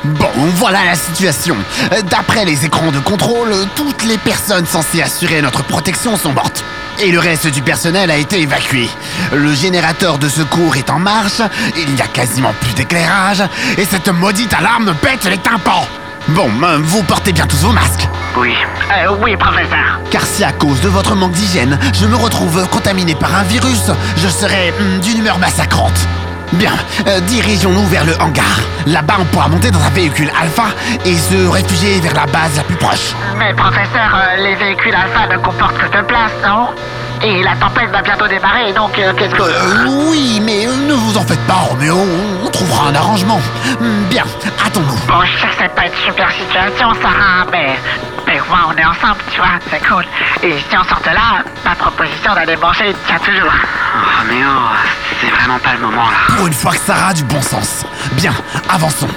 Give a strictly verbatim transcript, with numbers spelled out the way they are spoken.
Bon, voilà la situation. D'après les écrans de contrôle, toutes les personnes censées assurer notre protection sont mortes. Et le reste du personnel a été évacué. Le générateur de secours est en marche, il n'y a quasiment plus d'éclairage, et cette maudite alarme pète les tympans. Bon, euh, vous portez bien tous vos masques. Oui, euh, oui, professeur. Car si à cause de votre manque d'hygiène, je me retrouve contaminé par un virus, je serai hum, d'une humeur massacrante. Bien, euh, dirigeons-nous vers le hangar. Là-bas, on pourra monter dans un véhicule alpha et se réfugier vers la base la plus proche. Mais professeur, euh, les véhicules alpha ne comportent que deux places, non? Et la tempête va bientôt démarrer, donc euh, qu'est-ce que... Euh, oui, mais euh, ne vous en faites pas, Roméo, on, on trouvera un arrangement. Hum, Bien, hâtons-nous. Bon, je sais que c'est pas une super situation, Sarah, mais... Mais moi, on est ensemble, tu vois, c'est cool. Et si on sort de là, ma proposition d'aller manger tient toujours. Oh, Roméo, c'est vraiment pas le moment, là. Pour une fois que Sarah a du bon sens. Bien, avançons.